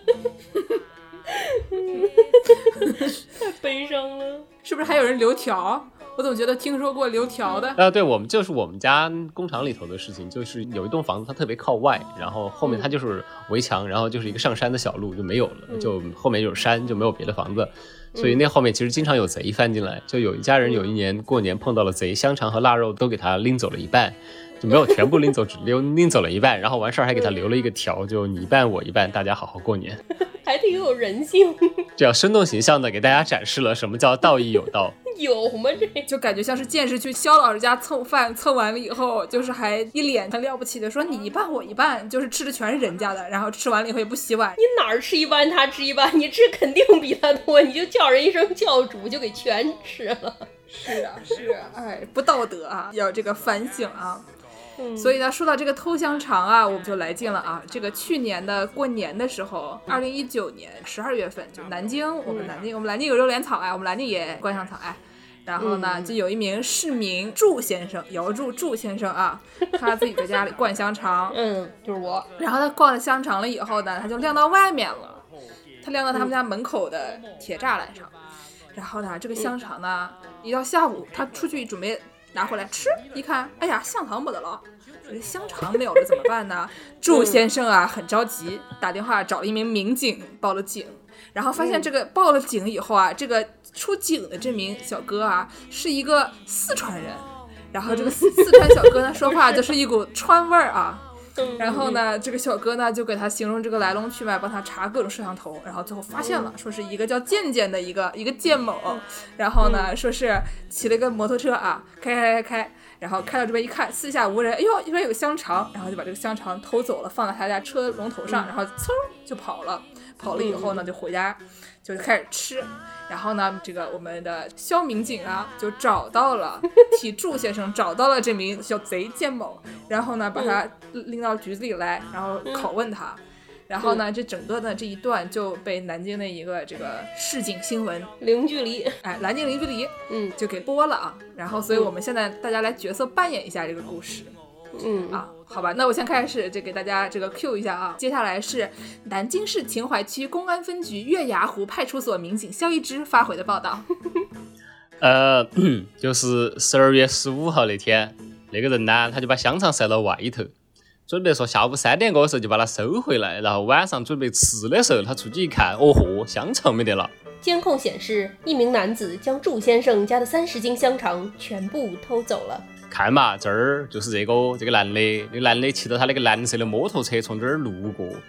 太悲伤了。 是不是还有人留条？我总觉得听说过留条的。 啊，对，我们就是我们家工厂里头的事情，就是有一栋房子它特别靠外，然后后面它就是围墙，然后就是一个上山的小路就没有了，嗯、就后面就是山，就没有别的房子。所以那后面其实经常有贼翻进来，就有一家人有一年过年碰到了贼，香肠和腊肉都给他拎走了一半，就没有全部拎走，只拎拎走了一半，然后完事儿还给他留了一个条，就你一半我一半，大家好好过年， 还挺有人性。 这样生动形象的给大家展示了什么叫道义有道。 有吗？这就感觉像是见识去肖老师家蹭饭，蹭完了以后就是还一脸很了不起的说你一半我一半，就是吃的全是人家的，然后吃完了以后也不洗碗。 你哪儿吃一半他吃一半，你吃肯定比他多，你就叫人一声教主就给全吃了。 是啊是啊，哎，不道德啊，要这个反省啊。 嗯、 所以呢，说到这个偷香肠啊，我们就来劲了啊。这个去年的过年的时候，二零一九年十二月份，就南京，我们南京，嗯、我们南京有榴莲草哎，我们南京也观赏草哎。然后呢，就有一名市民祝先生，姚祝祝先生啊，他自己在家里灌香肠， 嗯，就是我。 然后他灌了香肠了以后呢，他就晾到外面了，他晾到他们家门口的铁栅栏上。然后呢，这个香肠呢，一到下午他出去准备拿回来吃，一看，哎呀，香肠没得了，这香肠没有了怎么办呢？祝先生啊，很着急，打电话找了一名民警报了警。然后发现这个报了警以后啊，这个出警的这名小哥啊是一个四川人，然后这个四川小哥呢说话就是一股川味儿啊，然后呢这个小哥呢就给他形容这个来龙去脉，帮他查各种摄像头，然后最后发现了，说是一个叫健健的一个一个健某，然后呢说是骑了个摩托车啊，开开开开，然后开到这边一看，四下无人，哎呦，这边有个香肠，然后就把这个香肠偷走了，放在他家车龙头上，然后嗖就跑了。跑了以后呢，就回家就开始吃。然后呢，这个我们的肖民警啊，就找到了替祝先生找到了这名小贼健某，然后呢，把他拎到局子里来，然后拷问他。然后呢，这整个的这一段就被南京的一个这个市井新闻零距离， 哎，南京零距离， 嗯， 就给播了啊。然后，所以我们现在大家来角色扮演一下这个故事。 嗯啊，好吧，那我先开始这给大家这个 Q 一下啊。接下来是南京市秦淮区公安分局月牙湖派出所民警肖一之发回的报道。 呃，就是十二月十五号那天，那个人呢，他就把香肠塞到外头，准备说下午三点过的时候就把它收回来，然后晚上准备吃的时候，他出去一看，哦豁，香肠没得了。 监控显示，一名男子将祝先生家的三十斤香肠全部偷走了。 看嘛，这儿就是这个这个男的，那个男的骑着他那个蓝色的摩托车从这儿路过，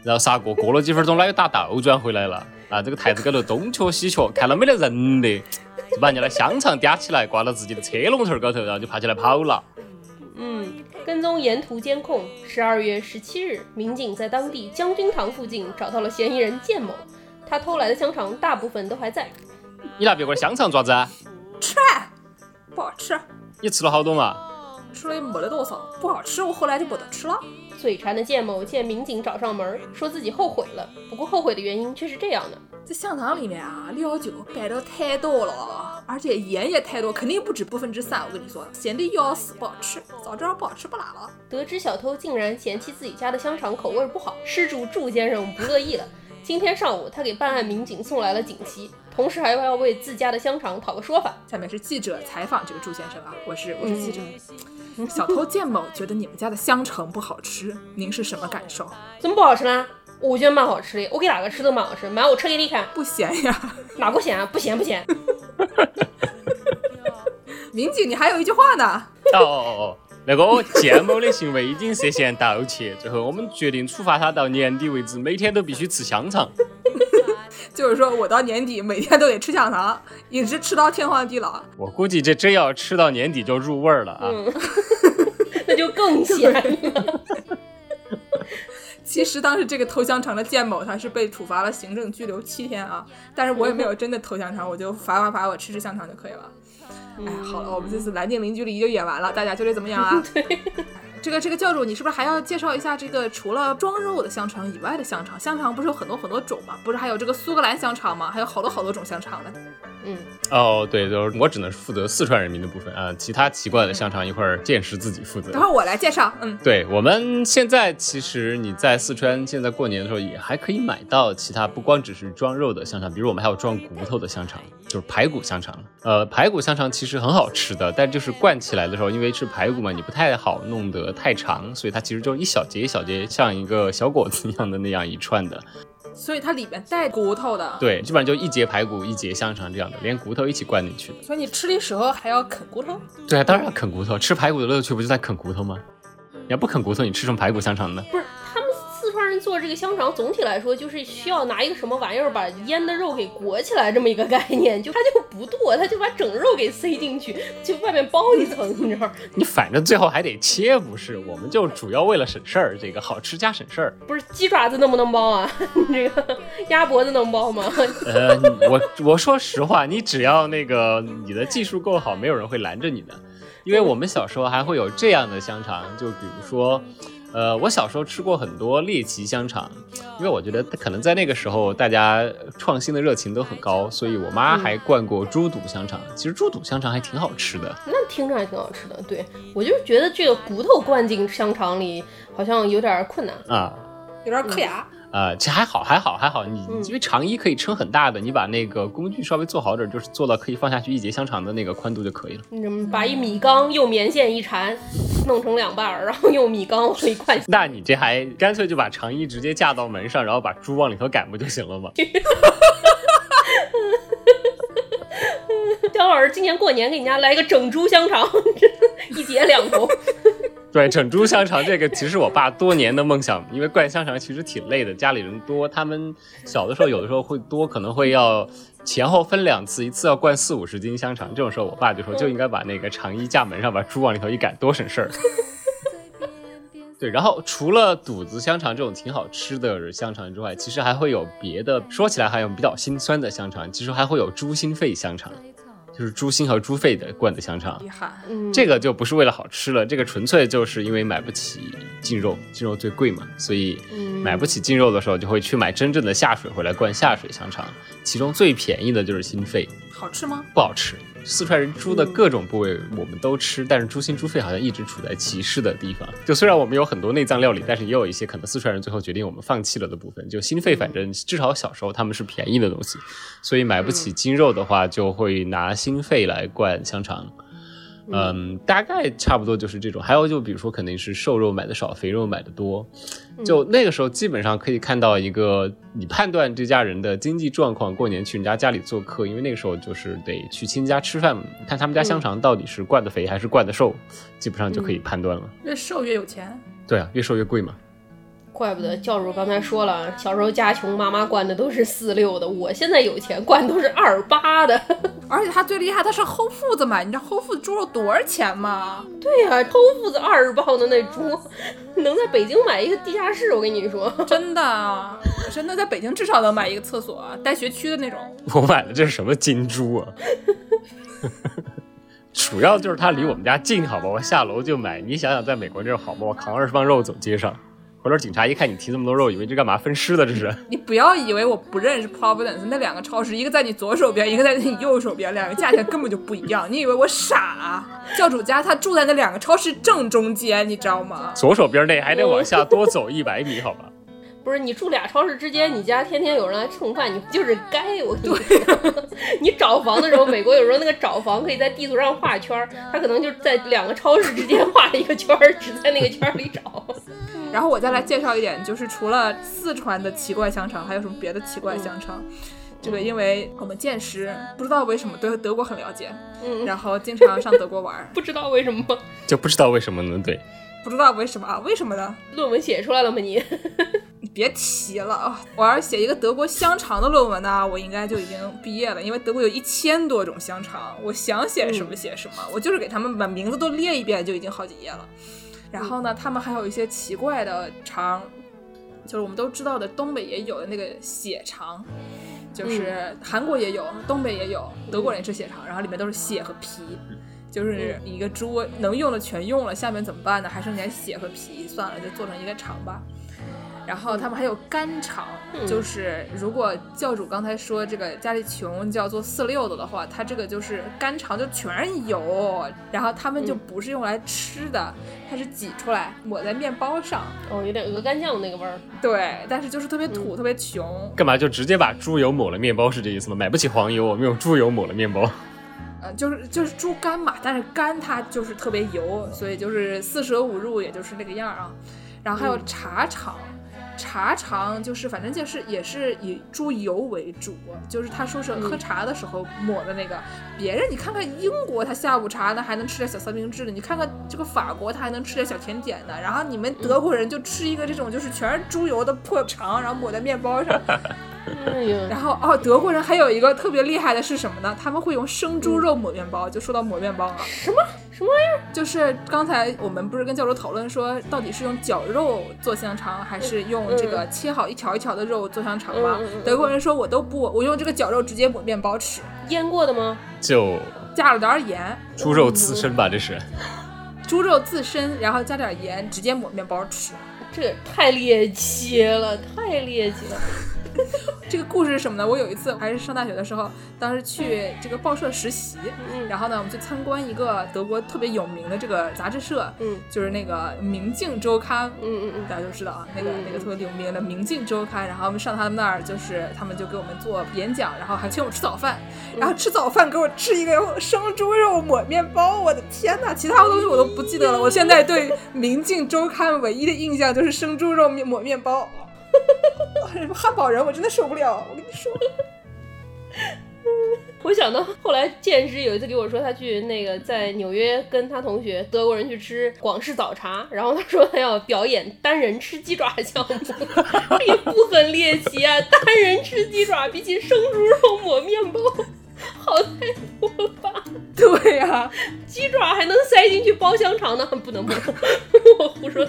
然后杀过，过了几分钟，他又打倒转回来了。啊，这个台子高头东瞧西瞧，看到没得人的，就把人家的香肠叼起来，挂到自己的车龙头高头，然后就爬起来跑了。 嗯，跟踪沿途监控，十二月十七日，民警在当地将军堂附近找到了嫌疑人建某，他偷来的香肠大部分都还在。 你拿别个的香肠做啥子啊？ 吃，不好吃。 你吃了好多嘛？ 吃了也没得多少，不好吃，我后来就不得吃了。 嘴馋的建某见民警找上门，说自己后悔了，不过后悔的原因却是这样的： 这香肠里面啊，料酒摆的太多了，而且盐也太多，肯定不止百分之三。我跟你说，咸的要死，不好吃，早知道不好吃不拉了。 得知小偷竟然嫌弃自己家的香肠口味不好，失主祝先生不乐意了。今天上午，他给办案民警送来了锦旗，同时还要为自家的香肠讨个说法。 下面是记者采访这个祝先生啊，我是我是记者。嗯、小偷建某觉得你们家的香肠不好吃，您是什么感受？ 怎么不好吃呢？我觉得蛮好吃的，我给哪个吃都蛮好吃，买我吃给你看。 不咸呀？ 哪个咸啊？不咸不咸。 民警，你还有一句话呢。 哦哦哦。那个建某的行为已经涉嫌盗窃，最后我们决定处罚他到年底为止，每天都必须吃香肠。 就是说我到年底每天都得吃香肠，一直吃到天荒地老。 我估计这真要吃到年底就入味了啊！ 嗯、那就更咸了。 其实当时这个偷香肠的建某他是被处罚了行政拘留七天啊，但是我也没有真的偷香肠，我就罚罚罚我吃吃香肠就可以了。哎，好了，我们这次蓝精灵距离就演完了，大家觉得怎么样啊？ 对， 这个这个教主，你是不是还要介绍一下这个除了装肉的香肠以外的香肠？香肠不是有很多很多种吗？不是还有这个苏格兰香肠吗？还有好多好多种香肠呢。 嗯， 哦，对，就是我只能负责四川人民的部分啊，其他奇怪的香肠一会儿剑师自己负责。 等会儿我来介绍。嗯， 对，我们现在其实你在四川现在过年的时候也还可以买到其他不光只是装肉的香肠，比如我们还有装骨头的香肠，就是排骨香肠。呃，排骨香肠其实很好吃的，但就是灌起来的时候，因为是排骨嘛，你不太好弄得太长，所以它其实就一小节一小节，像一个小果子一样的那样一串的。 所以它里面带骨头的。 对，基本上就一节排骨一节香肠这样的，连骨头一起灌进去的。 所以你吃的时候还要啃骨头？ 对啊，当然要啃骨头，吃排骨的乐趣不就在啃骨头吗？你要不啃骨头，你吃什么排骨香肠呢？ 不是，他们四川人做这个香肠，总体来说就是需要拿一个什么玩意儿把腌的肉给裹起来，这么一个概念，就它就不剁，它就把整肉给塞进去，就外面包一层，你知道？ 你反正最后还得切，不是？我们就主要为了省事儿，这个好吃加省事儿。 不是鸡爪子能不能包啊？这个鸭脖子能包吗？ 呃，我我说实话，你只要那个你的技术够好，没有人会拦着你的。因为我们小时候还会有这样的香肠，就比如说。呃，我小时候吃过很多猎奇香肠，因为我觉得可能在那个时候大家创新的热情都很高，所以我妈还灌过猪肚香肠。其实猪肚香肠还挺好吃的， 那听着还挺好吃的。对，我就是觉得这个骨头灌进香肠里好像有点困难啊， 有点磕牙。 呃，其实还好，还好，还好。你因为肠衣可以撑很大的，你把那个工具稍微做好点，就是做到可以放下去一节香肠的那个宽度就可以了。 嗯，把一米缸用棉线一缠，弄成两半，然后用米缸往里灌。 那你这还干脆就把肠衣直接架到门上，然后把猪往里头赶不就行了吗？ 姜老师今年过年给你家来一个整猪香肠，一节两头。 对，整猪香肠这个其实我爸多年的梦想，因为灌香肠其实挺累的，家里人多，他们小的时候有的时候会多，可能会要前后分两次，一次要灌四五十斤香肠，这种时候我爸就说就应该把那个肠衣架门上，把猪往里头一赶，多省事儿。对，然后除了肚子香肠这种挺好吃的香肠之外，其实还会有别的，说起来还有比较心酸的香肠，其实还会有猪心肺香肠。就是猪心和猪肺的灌的香肠， 嗯、 这个就不是为了好吃了，这个纯粹就是因为买不起净肉，净肉最贵嘛，所以买不起净肉的时候就会去买真正的下水回来灌下水香肠，其中最便宜的就是心肺。 好吃吗？ 不好吃。四川人猪的各种部位我们都吃，但是猪心猪肺好像一直处在歧视的地方。就虽然我们有很多内脏料理，但是也有一些可能四川人最后决定我们放弃了的部分。就心肺反正至少小时候他们是便宜的东西，所以买不起精肉的话就会拿心肺来灌香肠。嗯，大概差不多就是这种。还有就比如说肯定是瘦肉买的少，肥肉买的多，就那个时候基本上可以看到一个你判断这家人的经济状况，过年去人家家里做客，因为那个时候就是得去亲家吃饭，看他们家香肠到底是灌的肥还是灌的瘦，基本上就可以判断了。 越瘦越有钱。 对啊，越瘦越贵嘛。 怪不得教主刚才说了，小时候家穷，妈妈灌的都是四六的，我现在有钱，灌都是二八的。 而且他最厉害，他是Whole Foods买，你知道Whole Foods猪肉多少钱吗？ 对呀、啊，Whole Foods二十磅的那猪，能在北京买一个地下室，我跟你说， 真的，真的在北京至少能买一个厕所，带学区的那种。 我买的这是什么金猪啊？主要就是它离我们家近，好吧，我下楼就买。你想想，在美国这好吗？我扛二十磅肉走街上。回头警察一看你提这么多肉，以为这干嘛分尸的这是？ 你不要以为我不认识 Providence 那两个超市，一个在你左手边，一个在你右手边，两个价钱根本就不一样。你以为我傻？教主家他住在那两个超市正中间，你知道吗？ 左手边那还得往下多走一百米，好吧？ 不是你住俩超市之间，你家天天有人来蹭饭，你就是该。我跟你说，你找房的时候，美国有时候那个找房可以在地图上画圈，他可能就在两个超市之间画了一个圈，只在那个圈里找。 然后我再来介绍一点，就是除了四川的奇怪香肠，还有什么别的奇怪香肠？嗯、这个因为我们见识不知道为什么对德国很了解，嗯，然后经常上德国玩， 不知道为什么， 就不知道为什么呢？对， 不知道为什么啊？为什么呢？ 论文写出来了吗你？ 你别提了，我要是写一个德国香肠的论文呢，我应该就已经毕业了，因为德国有一千多种香肠，我想写什么写什么，嗯、我就是给他们把名字都列一遍就已经好几页了。然后呢，他们还有一些奇怪的肠，就是我们都知道的，东北也有的那个血肠，就是韩国也有，东北也有，德国人吃血肠，然后里面都是血和皮，就是一个猪能用的全用了，下面怎么办呢？还剩点血和皮，算了，就做成一个肠吧。然后他们还有干肠，嗯、就是如果教主刚才说这个家里穷就要做四六的的话，他这个就是干肠就全是油，然后他们就不是用来吃的，嗯、它是挤出来抹在面包上。 哦，有点鹅肝酱那个味儿。 对，但是就是特别土，嗯、特别穷。 干嘛就直接把猪油抹了面包是这意思吗？买不起黄油，我们用猪油抹了面包。 呃，就是就是猪肝嘛，但是肝它就是特别油，所以就是四舍五入也就是那个样啊。然后还有茶肠。嗯茶肠就是反正就是也是以猪油为主，就是他说是喝茶的时候抹的那个。嗯、别人你看看英国他下午茶呢还能吃点小三明治的，你看看这个法国他还能吃点小甜点的，然后你们德国人就吃一个这种就是全是猪油的破肠，然后抹在面包上。然后哦，德国人还有一个特别厉害的是什么呢？他们会用生猪肉抹面包。就说到抹面包啊， 什么什么玩意儿？ 就是刚才我们不是跟教授讨论说，到底是用绞肉做香肠，还是用这个切好一条一条的肉做香肠吗？嗯嗯嗯、德国人说我都不，我用这个绞肉直接抹面包吃。 腌过的吗？ 就加了点盐。 猪肉刺身吧，这是。 猪肉自身，然后加点盐，直接抹面包吃。 这太猎奇了，太猎奇了。 这个故事是什么呢？我有一次还是上大学的时候，当时去这个报社实习，嗯、然后呢，我们去参观一个德国特别有名的这个杂志社，嗯，就是那个《明镜周刊》，嗯嗯嗯，大家都知道啊，那个、嗯、那个特别有名的《明镜周刊》。然后我们上他们那儿，就是他们就给我们做演讲，然后还请我吃早饭，然后吃早饭给我吃一个生猪肉抹面包，我的天哪！其他的东西我都不记得了。我现在对《明镜周刊》唯一的印象就是生猪肉抹面包。什么汉堡人，我真的受不了！我跟你说， 我想到后来剑师有一次给我说，他去那个在纽约跟他同学德国人去吃广式早茶，然后他说他要表演单人吃鸡爪项目，这也不很猎奇啊！单人吃鸡爪比起生猪肉抹面包好太多了吧？ 对呀、啊， 鸡爪还能塞进去包香肠呢，不能不能，我胡说。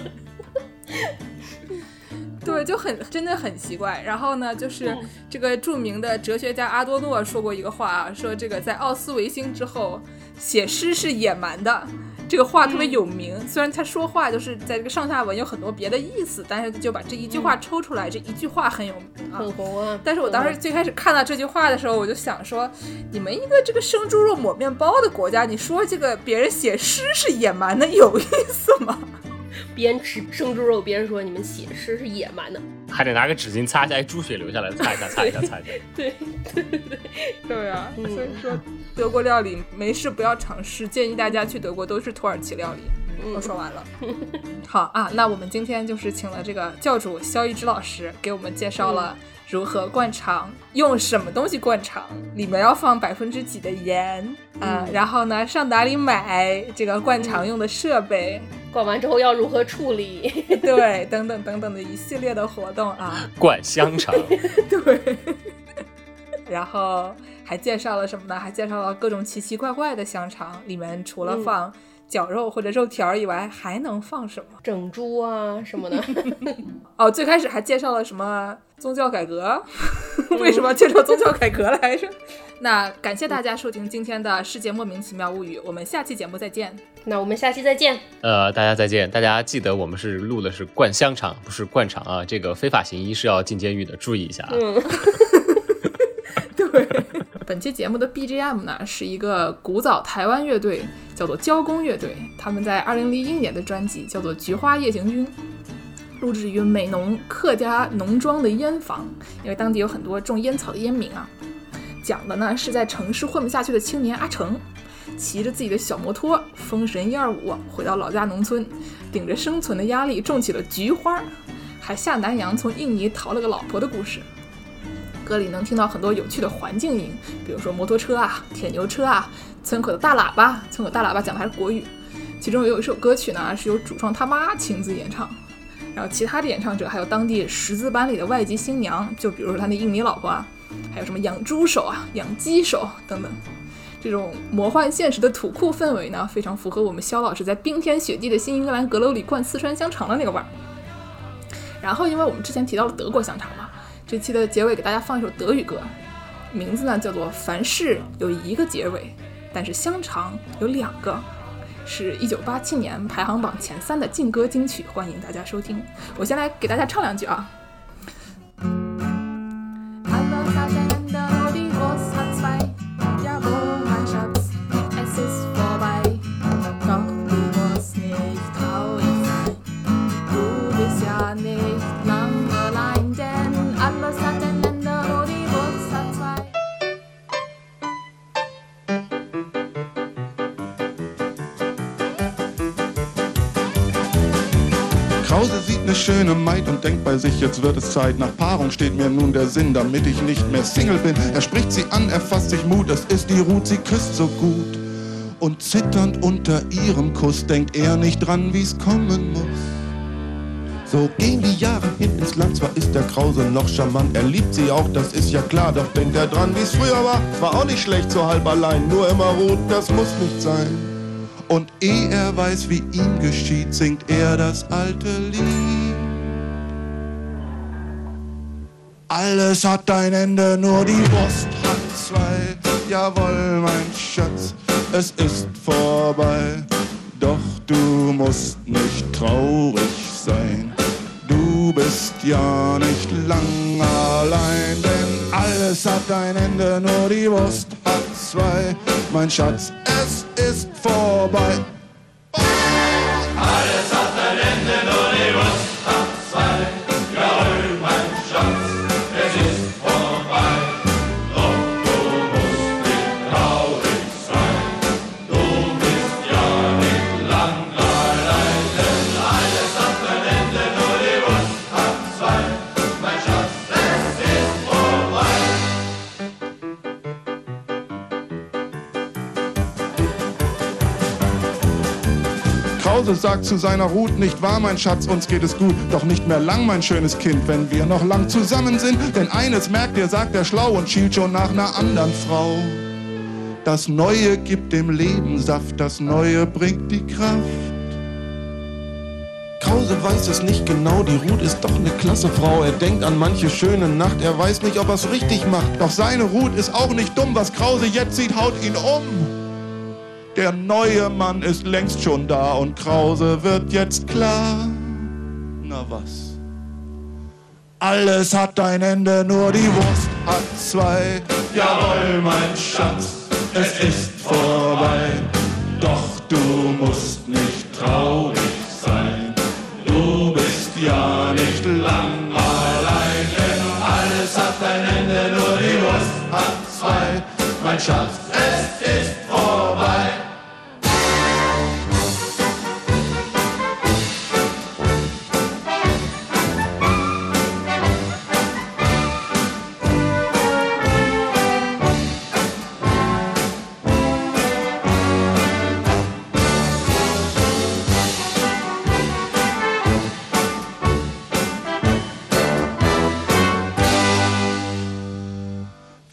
对，就很真的很奇怪。然后呢，就是这个著名的哲学家阿多诺说过一个话啊，说这个在奥斯维辛之后，写诗是野蛮的。这个话特别有名，嗯、虽然他说话就是在这个上下文有很多别的意思，但是就把这一句话抽出来，嗯、这一句话很有名啊， 很红啊。 但是我当时最开始看到这句话的时候，我就想说，你们一个这个生猪肉抹面包的国家，你说这个别人写诗是野蛮的，有意思吗？ 边吃生猪肉边说你们写诗是野蛮的， 还得拿个纸巾擦一下，哎，猪血流下来，擦一下，擦一下，擦一下。 对对对对， 对啊，嗯、所以说德国料理没事不要尝试，建议大家去德国都是土耳其料理。嗯、我说完了。好啊，那我们今天就是请了这个教主肖一之老师给我们介绍了如何灌肠，用什么东西灌肠，里面要放百分之几的盐啊、呃嗯，然后呢上哪里买这个灌肠用的设备。 灌完之后要如何处理？ 对，等等等等的一系列的活动啊。 灌香肠。 对。然后还介绍了什么呢？还介绍了各种奇奇怪怪的香肠，里面除了放绞肉或者肉条以外，还能放什么？ 整猪啊什么的。 哦，最开始还介绍了什么宗教改革？为什么要介绍宗教改革来着？那感谢大家收听今天的世界莫名其妙物语，我们下期节目再见。 那我们下期再见。 呃，大家再见。大家记得我们是录的是灌香肠，不是灌肠啊，这个非法行医是要进监狱的，注意一下啊。 嗯。 对，本期节目的 B G M 呢是一个古早台湾乐队，叫做交工乐队，他们在二零零一年的专辑叫做《菊花夜行军》，录制于美浓客家农庄的烟房，因为当地有很多种烟草的烟民啊。讲的呢是在城市混不下去的青年阿成，骑着自己的小摩托，风神一二五回到老家农村，顶着生存的压力种起了菊花，还下南洋从印尼逃了个老婆的故事。歌里能听到很多有趣的环境音，比如说摩托车啊、铁牛车啊、村口的大喇叭。村口大喇叭讲的还是国语。其中有一首歌曲呢是由主创他妈亲自演唱，然后其他的演唱者还有当地识字班里的外籍新娘，就比如说他那印尼老婆啊，还有什么养猪手啊、养鸡手等等。这种魔幻现实的土库氛围呢，非常符合我们肖老师在冰天雪地的新英格兰阁楼里灌四川香肠的那个味儿。然后因为我们之前提到了德国香肠嘛，这期的结尾给大家放一首德语歌，名字呢叫做凡事有一个结尾，但是香肠有两个，是一九八七年排行榜前三的劲歌金曲，欢迎大家收听。我先来给大家唱两句啊。 Krause sieht ne schöne Maid und denkt bei sich, jetzt wird es Zeit. Nach Paarung steht mir nun der Sinn, damit ich nicht mehr Single bin. Er spricht sie an, er fasst sich Mut, es ist die Ruth, sie küsst so gut. Und zitternd unter ihrem Kuss denkt er nicht dran, wie's kommen muss. So gehen die Jahre hin ins Land, zwar ist der Krause noch charmant, er liebt sie auch, das ist ja klar, doch denkt er dran, wie's früher war. War auch nicht schlecht, so halb allein, nur immer Ruth, das muss nicht sein. Und ehe er weiß, wie ihm geschieht, singt er das alte Lied. Alles hat ein Ende, nur die Wurst hat zwei. Jawohl, mein Schatz, es ist vorbei. Doch du musst nicht traurig sein. Du bist ja nicht lang allein, denn alles hat ein Ende, nur die Wurst hat zwei. Mein Schatz, es ist vorbei. Alles hat ein Ende, nur die Wurst hat zwei. Jawohl, mein Schatz, es ist vorbei. Doch du musst nicht traurig sein. Du bist ja nicht lang allein, denn alles hat ein Ende, nur die Wurst hat zwei. Mein Schatz, es ist vorbei. Krause sagt zu seiner Ruth, nicht wahr, mein Schatz, uns geht es gut. Doch nicht mehr lang, mein schönes Kind, wenn wir noch lang zusammen sind. Denn eines merkt ihr, sagt er schlau und schielt schon nach einer anderen Frau. Das Neue gibt dem Leben Saft, das Neue bringt die Kraft. Krause weiß es nicht genau, die Ruth ist doch eine klasse Frau. Er denkt an manche schöne Nacht, er weiß nicht, ob er's richtig macht. Doch seine Ruth ist auch nicht dumm, was Krause jetzt sieht, haut ihn um. Der neue Mann ist längst schon da und Krause wird jetzt klar. Na was? Alles hat ein Ende, nur die Wurst hat zwei. Jawohl, mein Schatz, es ist vorbei. Doch du musst nicht traurig sein. Du bist ja nicht lang allein, denn alles hat ein Ende, nur die Wurst hat zwei. Mein Schatz, es ist vorbei.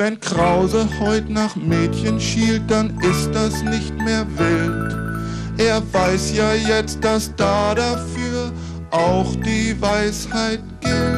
Wenn Krause heut nach Mädchen schielt, dann ist das nicht mehr wild. Er weiß ja jetzt, dass da dafür auch die Weisheit gilt.